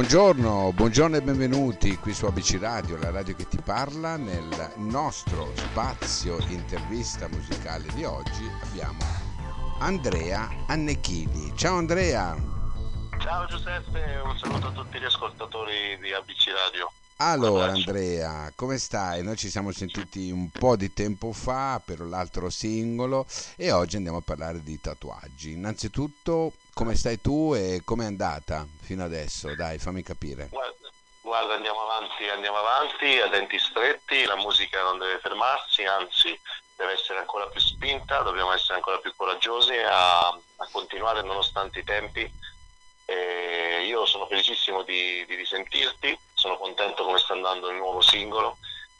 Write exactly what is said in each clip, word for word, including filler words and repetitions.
Buongiorno, buongiorno e benvenuti qui su A B C Radio, la radio che ti parla. Nel nostro spazio intervista musicale di oggi abbiamo Andrea Annecchini. Ciao Andrea. Ciao Giuseppe, un saluto a tutti gli ascoltatori di A B C Radio. Allora Andrea, come stai? Noi ci siamo sentiti un po' di tempo fa per l'altro singolo e oggi andiamo a parlare di tatuaggi. Innanzitutto, come stai tu e com'è andata fino adesso? Dai, fammi capire. Guarda, guarda, andiamo avanti, andiamo avanti a denti stretti, la musica non deve fermarsi, anzi deve essere ancora più spinta, dobbiamo essere ancora più coraggiosi a, a continuare nonostante i tempi. E io sono felicissimo di, di risentirti, sono contento come sta andando il nuovo singolo.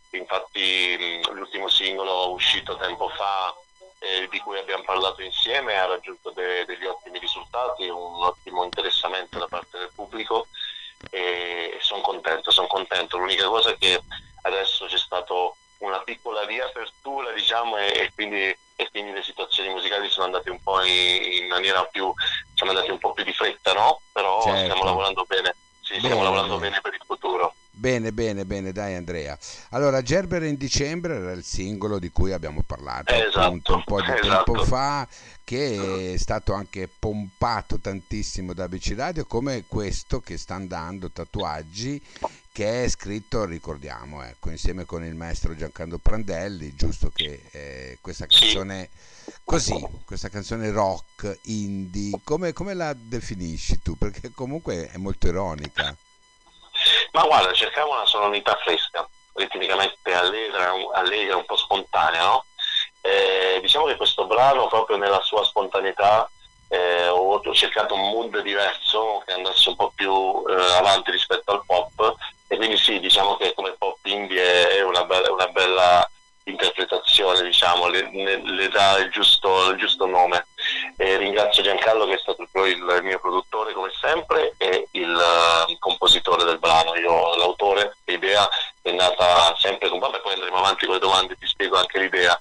Infatti l'ultimo singolo uscito tempo fa, eh, di cui abbiamo parlato insieme, ha raggiunto de- degli ottimi risultati, un ottimo interessamento da parte del pubblico e sono contento, sono contento. L'unica cosa è che adesso c'è stato una piccola riapertura, diciamo, e, e quindi e quindi le situazioni musicali sono andate un po' in, in maniera più, siamo andati un po' più di fretta, no? Però Certo. stiamo lavorando bene, sì, Bene, stiamo lavorando bene. bene per il futuro. Bene, bene, bene, dai Andrea. Allora, Gerbera in dicembre era il singolo di cui abbiamo parlato Esatto, appunto un po' di esatto. tempo fa, che è stato anche pompato tantissimo da A B C Radio, come questo che sta andando, Tatuaggi, che è scritto, ricordiamo, ecco, insieme con il maestro Giancarlo Prandelli, giusto che eh, questa canzone così, questa canzone rock, indie, come, come la definisci tu? Perché comunque è molto ironica. Ma guarda, cercavo una sonorità fresca, ritmicamente allegra, un- allegra, un po' spontanea, no? Eh, diciamo che questo brano, proprio nella sua spontaneità, eh, ho, ho cercato un mood diverso che andasse un po' più eh, avanti rispetto al pop, e quindi sì, diciamo che come pop indie è è una bella, una bella interpretazione, diciamo, le, ne- le dà il giusto, il giusto nome. E ringrazio Giancarlo che è stato poi il mio produttore come sempre e il, eh, compositore del brano. Io l'autore, l'idea è nata sempre con, vabbè, poi andremo avanti con le domande, ti spiego anche l'idea.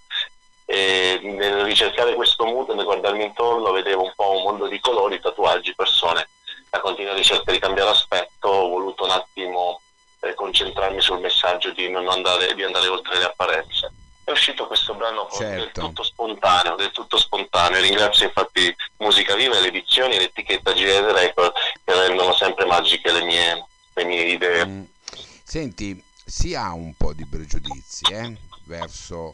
E nel ricercare questo mood, nel guardarmi intorno, vedevo un po' un mondo di colori, tatuaggi, persone. La continua ricerca di cambiare aspetto, ho voluto un attimo eh, concentrarmi sul messaggio di non andare, di andare oltre le apparenze. È uscito questo brano con- del Certo. tutto spontaneo, del tutto spontaneo. Ringrazio infatti Musica Viva e le edizioni e l'etichetta G R Record che rendono sempre magiche le mie, le mie idee. Mm. Senti, si ha un po' di pregiudizi eh, verso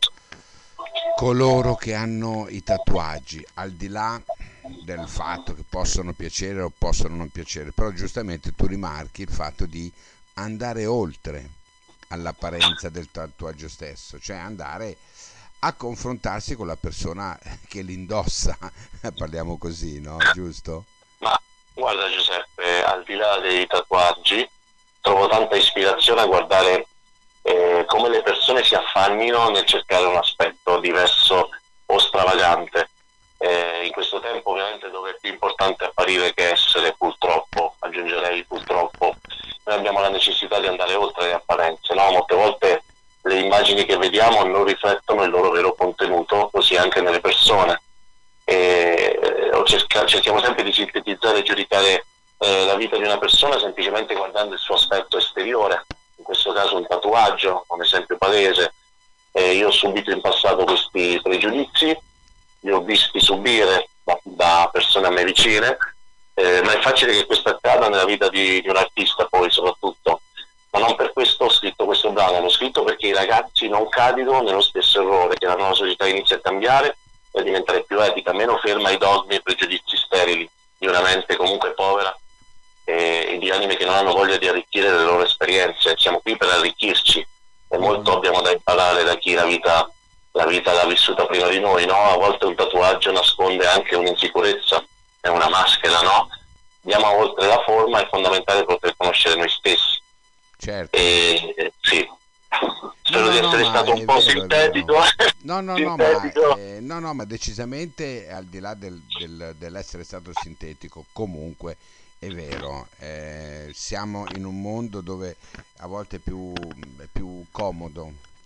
coloro che hanno i tatuaggi, al di là del fatto che possono piacere o possono non piacere, però giustamente tu rimarchi il fatto di andare oltre all'apparenza del tatuaggio stesso, cioè andare a confrontarsi con la persona che li indossa, parliamo così, no? Giusto? Ma guarda Giuseppe, al di là dei tatuaggi, trovo tanta ispirazione a guardare eh, come le persone si affannino nel cercare un aspetto diverso o stravagante. Eh, in questo tempo ovviamente dove è più importante apparire che essere, purtroppo, aggiungerei purtroppo, noi abbiamo la necessità di andare oltre le apparenze, no? Molte volte le immagini che vediamo non riflettono il loro vero contenuto, così anche nelle persone. E, eh, cerca- cerchiamo sempre di sintetizzare e giudicare eh, la vita di una persona semplicemente guardando il suo aspetto esteriore, in questo caso un tatuaggio, un esempio palese. Eh, io ho subito in passato questi pregiudizi, li ho visti subire da, da persone a me vicine, eh, ma è facile che questo accada nella vita di, di un artista poi soprattutto. Ma non per questo ho scritto questo brano, l'ho scritto perché i ragazzi non cadino nello stesso errore, che la nuova società inizia a cambiare e a diventare più etica, meno ferma ai dogmi e ai pregiudizi sterili di una mente comunque povera e, e di anime che non hanno voglia di arricchire le loro esperienze. Siamo qui per arricchirci e molto Mhm. abbiamo da imparare da chi la vita, la vita l'ha vissuta prima di noi, no? A volte un tatuaggio nasconde anche un'insicurezza, è una maschera, no? Andiamo oltre la forma, è fondamentale poter conoscere noi stessi. Certo. E, eh, sì, No, spero no, di no, essere ma stato un è po' vero, è vero. sintetico. No, no, no, ma, Sintetico. eh, no, no, ma decisamente al di là del- del- dell'essere stato sintetico, comunque è vero. Eh, siamo in un mondo dove a volte è più, è più comodo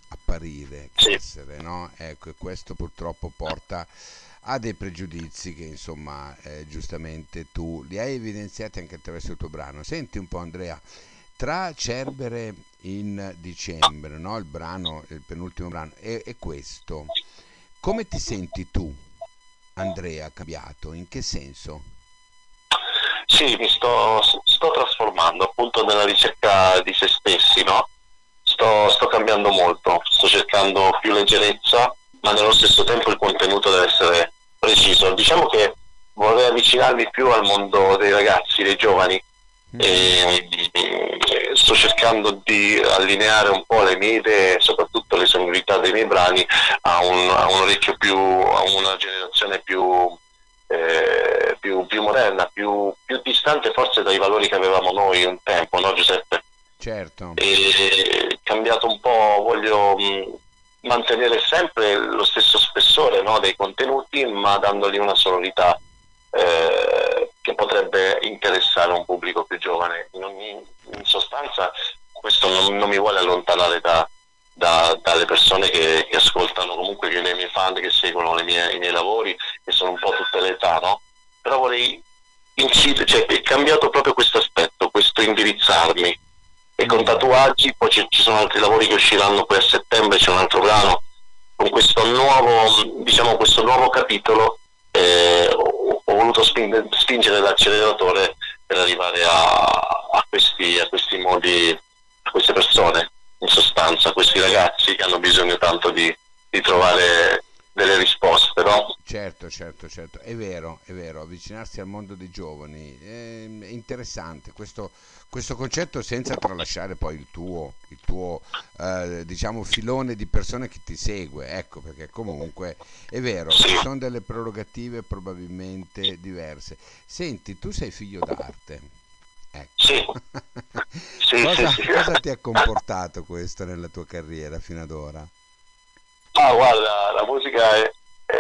apparire che sì, essere, no? Ecco, e questo purtroppo porta a dei pregiudizi che insomma eh, giustamente tu li hai evidenziati anche attraverso il tuo brano. Senti un po', Andrea, tra Cerbere in dicembre, no? Il brano, il penultimo brano, e, e questo, come ti senti tu, Andrea, cambiato? In che senso? sì, mi sto, sto trasformando appunto nella ricerca di se stessi, no? Sto, sto cambiando molto, sto cercando più leggerezza, ma nello stesso tempo il contenuto deve essere preciso. Diciamo che vorrei avvicinarmi più al mondo dei ragazzi, dei giovani. Mhm. E, e sto cercando di allineare un po' le mie idee, soprattutto le sonorità dei miei brani, a un, a un orecchio più, a una generazione più, eh, più, più moderna, più, più distante forse dai valori che avevamo noi un tempo, no Giuseppe? Certo. E cambiato un po', voglio mh, mantenere sempre lo stesso spessore, no, dei contenuti, ma dandogli una sonorità eh, che potrebbe interessare un pubblico più giovane. In, ogni, in sostanza questo non, non mi vuole allontanare da, da, dalle persone che, che ascoltano, comunque che le mie fan, che seguono le mie, i miei lavori, che sono un po' tutte le età, no? Però vorrei incidere, cioè è cambiato proprio questo aspetto, questo indirizzarmi. E con Mm. tatuaggi, poi ci, ci sono altri lavori che usciranno poi a settembre, c'è un altro brano con questo nuovo, diciamo, questo nuovo capitolo. Eh, ho, ho voluto spingere, spingere l'acceleratore per arrivare a, a, questi, a questi modi, a queste persone, in sostanza, a questi ragazzi che hanno bisogno tanto di, di trovare delle risposte, no? Certo, certo, certo, è vero, è vero, avvicinarsi al mondo dei giovani è, è interessante questo, questo concetto senza tralasciare poi il tuo, il tuo eh, diciamo filone di persone che ti segue, ecco perché comunque è vero, Sì, ci sono delle prerogative probabilmente diverse. Senti, tu sei figlio d'arte, ecco, sì, sì, sì, cosa, sì. cosa ti ha comportato questo nella tua carriera fino ad ora? Ah, guarda, la musica è,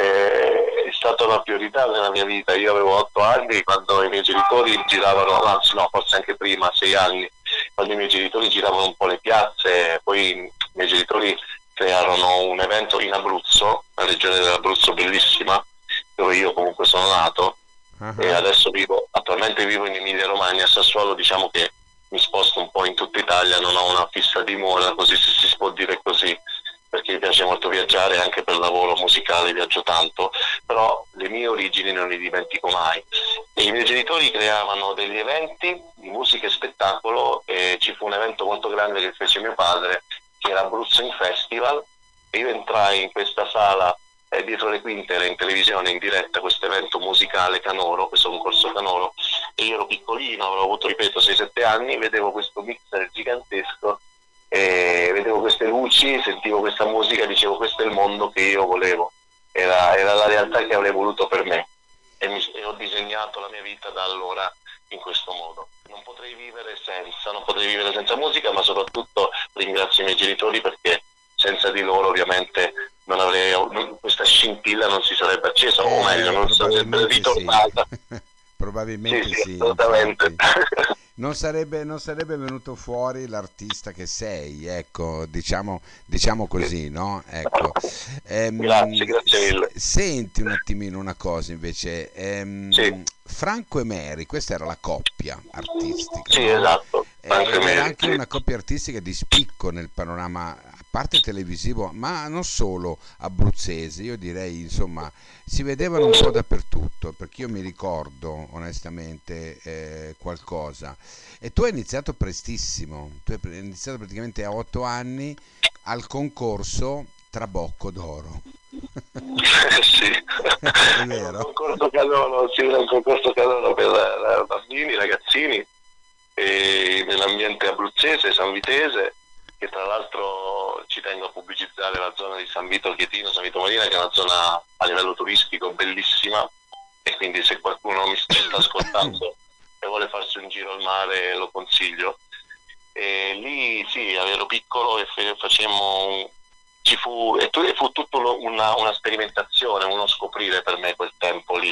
è- è stata una priorità nella mia vita. Io avevo otto anni quando i miei genitori giravano, anzi no, forse anche prima, sei anni, quando i miei genitori giravano un po' le piazze, poi i miei genitori crearono un evento in Abruzzo, la regione dell'Abruzzo bellissima, dove io comunque sono nato, Ah e ah. adesso vivo, attualmente vivo in Emilia Romagna, a Sassuolo, diciamo che mi sposto un po' in tutta Italia, non ho una fissa dimora, così se si può dire così, perché mi piace molto viaggiare, anche per lavoro musicale viaggio tanto, però le mie origini non le dimentico mai. E i miei genitori creavano degli eventi di musica e spettacolo, e ci fu un evento molto grande che fece mio padre, che era Abruzzo in Festival, e io entrai in questa sala eh, dietro le quinte, era in televisione in diretta questo evento musicale canoro, questo concorso canoro, e io ero piccolino, avevo avuto, ripeto, sei sette anni, vedevo questo mixer gigantesco, e vedevo queste luci, sentivo questa musica, dicevo questo è il mondo che io volevo, era, era la realtà che avrei voluto per me, e, mi, e ho disegnato la mia vita da allora in questo modo. Non potrei vivere senza, non potrei vivere senza musica, ma soprattutto ringrazio i miei genitori, perché senza di loro ovviamente non avrei, questa scintilla non si sarebbe accesa, o meglio, Eh, non sarebbe probabilmente sì, ritornata. Sì, probabilmente sì, sì, assolutamente. infatti. Non sarebbe, non sarebbe venuto fuori l'artista che sei, ecco, diciamo, diciamo così, no? Ecco. Grazie, Ehm, grazie s- mille. senti un attimino una cosa invece, Sì, ehm, Franco e Mary, questa era la coppia artistica, sì, no? esatto, Eh, anche Ed era Mary, anche sì. una coppia artistica di spicco nel panorama, a parte televisivo, ma non solo abruzzese, io direi, insomma, si vedevano un po' dappertutto, perché io mi ricordo onestamente eh, qualcosa. E tu hai iniziato prestissimo, tu hai iniziato praticamente a otto anni al concorso Trabocco d'Oro. Sì, È era un vero? concorso canoro, sì, era un concorso canoro per eh, bambini, ragazzini, e nell'ambiente abruzzese, sanvitese, che tra l'altro ci tengo a pubblicizzare la zona di San Vito Chietino, San Vito Marina, che è una zona a livello turistico bellissima, e quindi se qualcuno mi ci sta ascoltando e vuole farsi un giro al mare lo consiglio. E lì sì, ero piccolo e fe- facemmo un- ci fu, e tu- e fu tutto lo- una, una sperimentazione, uno scoprire per me quel tempo lì.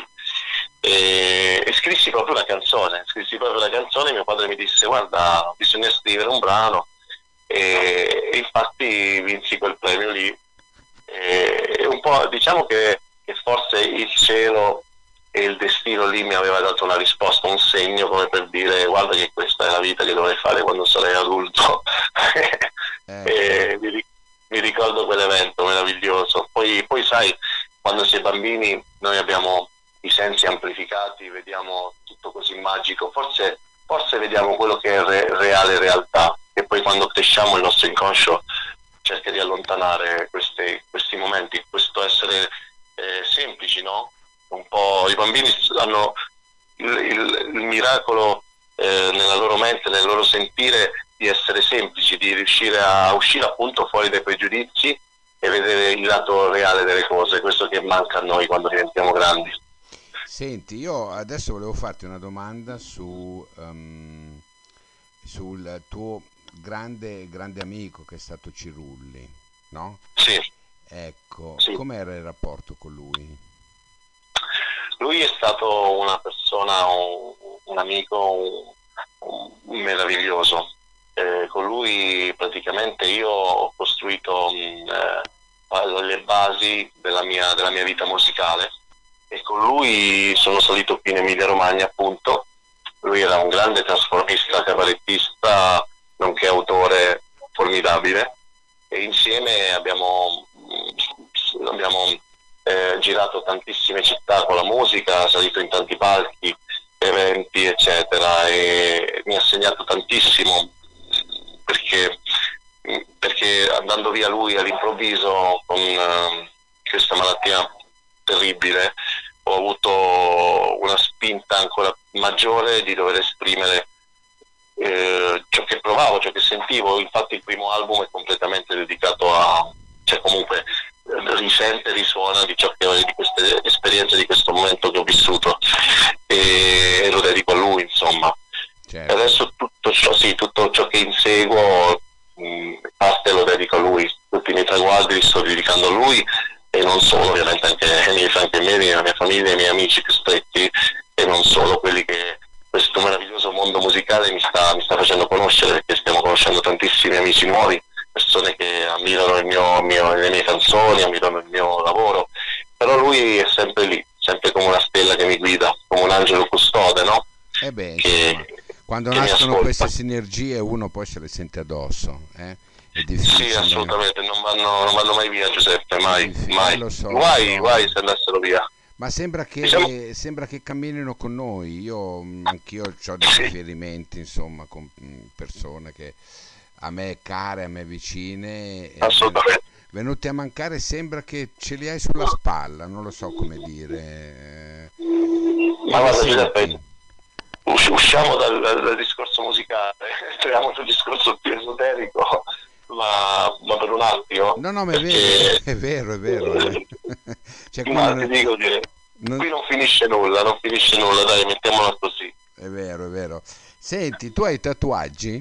E, e scrissi proprio una canzone, scrissi proprio una canzone, mio padre mi disse guarda, bisogna scrivere un brano, e e infatti vinsi quel premio lì. E un po' diciamo che, che forse il cielo e il destino lì mi aveva dato una risposta, un segno come per dire guarda che questa è la vita che dovrai fare quando sarai adulto. Ecco. E mi, mi ricordo quell'evento meraviglioso. Poi, poi sai, quando si è bambini noi abbiamo i sensi amplificati, vediamo tutto così magico, forse, forse vediamo quello che è re, reale realtà, e poi quando cresciamo il nostro inconscio cerca di allontanare questi, questi momenti, questo essere eh, semplici, no? Un po' i bambini hanno il, il, il miracolo eh, nella loro mente, nel loro sentire di essere semplici, di riuscire a uscire appunto fuori dai pregiudizi e vedere il lato reale delle cose, questo che manca a noi quando diventiamo grandi. Senti, io adesso volevo farti una domanda su, ehm, sul tuo grande, grande amico che è stato Cirulli, no? Sì, Ecco, sì. com'era il rapporto con lui? Lui è stato una persona, un, un amico un, un meraviglioso. Eh, con lui praticamente io ho costruito mh, eh, le basi della mia, della mia vita musicale, e con lui sono salito qui in Emilia Romagna appunto. Lui era un grande trasformista, cabarettista, nonché autore formidabile, e insieme abbiamo, abbiamo eh, girato tantissime città con la musica, salito in tanti palchi, eventi, eccetera, e mi ha segnato tantissimo perché, perché andando via lui all'improvviso con uh, questa malattia terribile, ho avuto una spinta ancora maggiore di dover esprimere eh, ciò che provavo, ciò che sentivo. Infatti il primo album è completamente dedicato a, cioè comunque risente, risuona di ciò che di queste esperienze, di questo momento che ho vissuto, e, e lo dedico a lui, insomma. E Certo. adesso tutto ciò, sì, tutto ciò che inseguo mh, parte lo dedico a lui, tutti i miei traguardi li sto dedicando a lui, e non solo, ovviamente anche ai miei franchi miei, la mia famiglia, i miei amici più stretti, e non solo quelli che questo meraviglioso mondo musicale mi sta, mi sta facendo conoscere, perché stiamo conoscendo tantissimi amici nuovi, persone che ammirano il mio, mio, le mie canzoni, ammirano il mio lavoro, però lui è sempre lì, sempre come una stella che mi guida, come un angelo custode, no? E beh, insomma, Che, quando che mi nascono queste ascolta. sinergie uno poi se le sente addosso, eh? È Sì, difficile, assolutamente, non vanno, non vanno mai via, Giuseppe, è mai, difficile, eh, mai. lo so, lo Guai, so. guai se andassero via. Ma sembra Diciamo, che, sembra che camminino con noi. Io, mh, anch'io ho dei sì, riferimenti, insomma, con mh, persone che a me care, a me vicine, e ven- assolutamente. venuti a mancare sembra che ce li hai sulla spalla, non lo so come dire. eh. Ma Come guarda Giuseppe, senti? us- usciamo dal, dal- dal discorso musicale, entriamo sul discorso più esoterico, ma, ma per un attimo, No, no, ma è vero, perché è vero, è vero. eh. Cioè, qui ma ti non, dico che non- qui non finisce nulla, non finisce nulla, dai, mettiamola così. è vero, è vero. Senti, tu hai tatuaggi?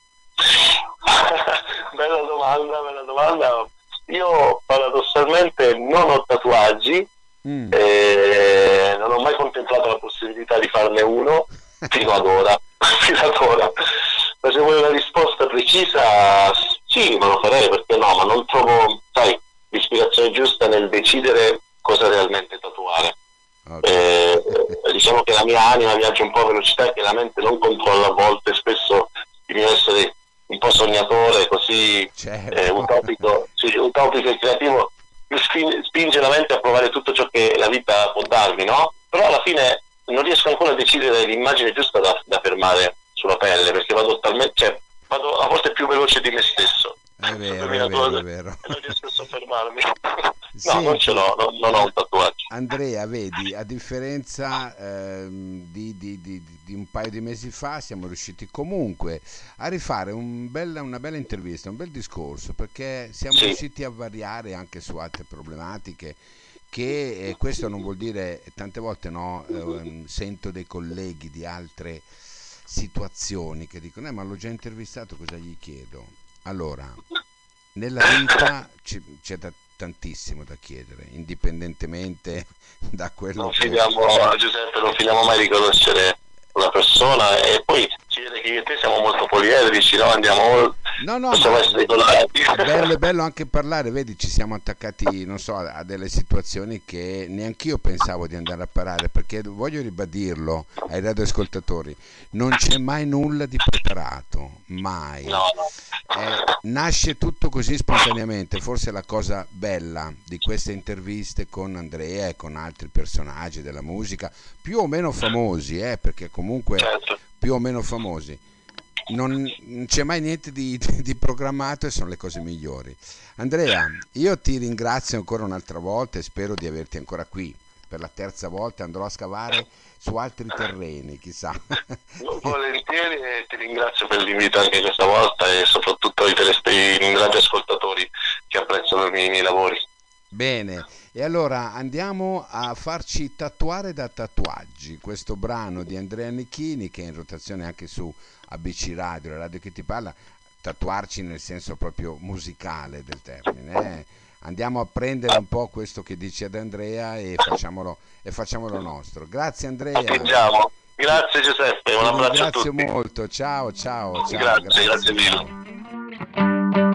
Bella domanda, bella domanda. Io paradossalmente non ho tatuaggi, Mm. eh, non ho mai contemplato la possibilità di farne uno fino ad ora, fino ad ora. Ma se vuoi una risposta precisa, sì, me lo farei, perché no, ma non trovo, sai, l'ispirazione giusta nel decidere cosa realmente tatuare. Ok. Eh, diciamo che la mia anima viaggia un po' a velocità e che la mente non controlla a volte, spesso il mio essere un po' sognatore, così eh, Certo. utopico, sì, utopico e creativo, mi spin- spinge la mente a provare tutto ciò che la vita può darmi, no? Però alla fine non riesco ancora a decidere l'immagine giusta da, da fermare sulla pelle, perché vado talmente, cioè, vado a volte più veloce di me stesso È su vero, è duemila vero, è cose vero. e non riesco a soffermarmi. No, non ce Senti, l'ho, no- non ho un eh, tatuaggio. Andrea, vedi, a differenza ehm, di, di- di- di un paio di mesi fa, siamo riusciti comunque a rifare un bella- una bella intervista, un bel discorso, perché siamo Sì, riusciti a variare anche su altre problematiche. Che eh, questo non vuol dire, tante volte no, ehm, sento dei colleghi di altre situazioni che dicono, eh, ma l'ho già intervistato, cosa gli chiedo? Allora, nella vita ci- c'è da- tantissimo da chiedere, indipendentemente da quello non che... finiamo, Giuseppe, non finiamo mai di conoscere una persona, e poi si vede che io e te siamo molto poliedrici, no? Andiamo, No, no, possiamo ma essere colorati. è bello, è bello anche parlare, vedi, ci siamo attaccati, non so, a delle situazioni che neanch'io pensavo di andare a parare, perché voglio ribadirlo ai radioascoltatori, non c'è mai nulla di preparato, mai. No, no. Eh, nasce tutto così spontaneamente, forse è la cosa bella di queste interviste con Andrea e con altri personaggi della musica, più o meno famosi, eh, perché comunque Certo. più o meno famosi. Non, non c'è mai niente di, di- di programmato e sono le cose migliori. Andrea, io ti ringrazio ancora un'altra volta e spero di averti ancora qui per la terza volta. Andrò a scavare su altri terreni, chissà. Volentieri, e ti ringrazio per l'invito anche questa volta e soprattutto i, telespe- i radioascoltatori che apprezzano i miei, i miei lavori. Bene, e allora andiamo a farci tatuare da tatuaggi questo brano di Andrea Necchini, che è in rotazione anche su A B C Radio, la radio che ti parla, tatuarci nel senso proprio musicale del termine. eh. Andiamo a prendere un po' questo che dice ad Andrea e facciamolo, e facciamolo nostro. Grazie Andrea, Attingiamo. Grazie Giuseppe, un ti abbraccio a ringrazio tutti. molto, ciao ciao ciao, Grazie, grazie mille. ciao.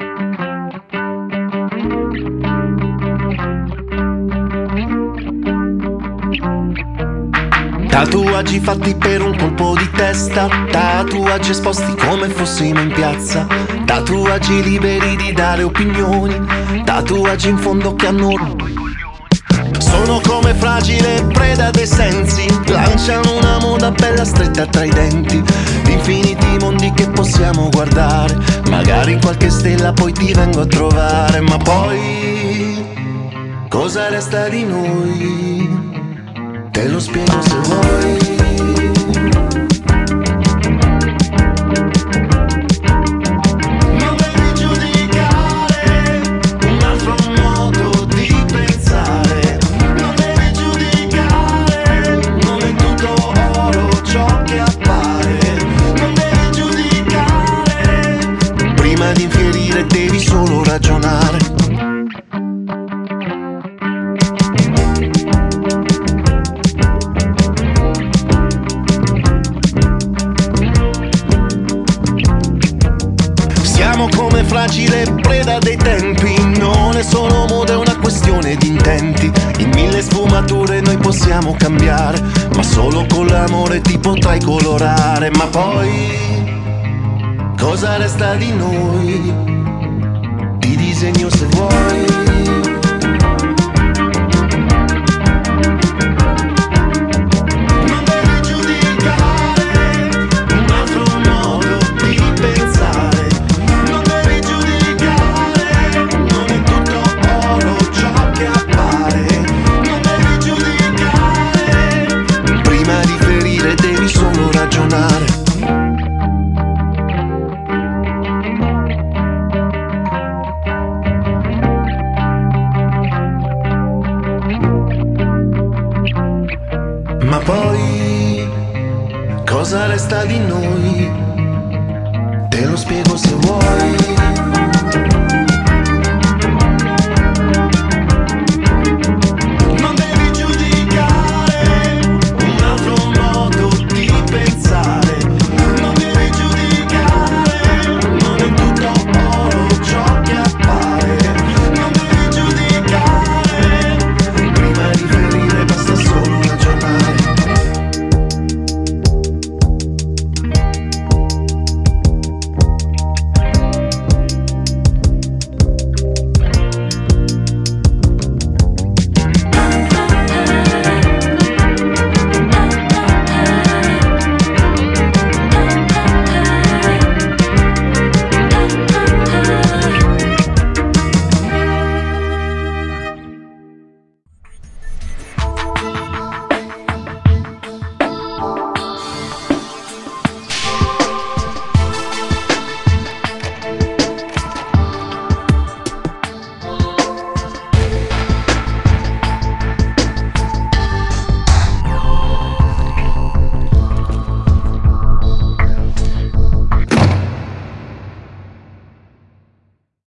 Tatuaggi fatti per un colpo di testa, tatuaggi esposti come fossimo in piazza, tatuaggi liberi di dare opinioni, tatuaggi in fondo che hanno... Sono come fragile preda dei sensi, lanciano una moda bella stretta tra i denti, di infiniti mondi che possiamo guardare, magari in qualche stella poi ti vengo a trovare, ma poi cosa resta di noi? Te lo spiego se vuoi. Non devi giudicare un altro modo di pensare. Non devi giudicare, non è tutto oro ciò che appare. Non devi giudicare, prima di infierire devi solo ragionare. Siamo come fragile preda dei tempi, non è solo moda, è una questione di intenti. In mille sfumature noi possiamo cambiare, ma solo con l'amore ti potrai colorare. Ma poi cosa resta di noi? Ti disegno se vuoi. Non devi giudicare un altro modo di pensare. Non devi giudicare, non è tutto oro ciò che appare. Non devi giudicare, prima di ferire devi solo ragionare. Ma poi cosa resta di noi? Te lo spiego se vuoi.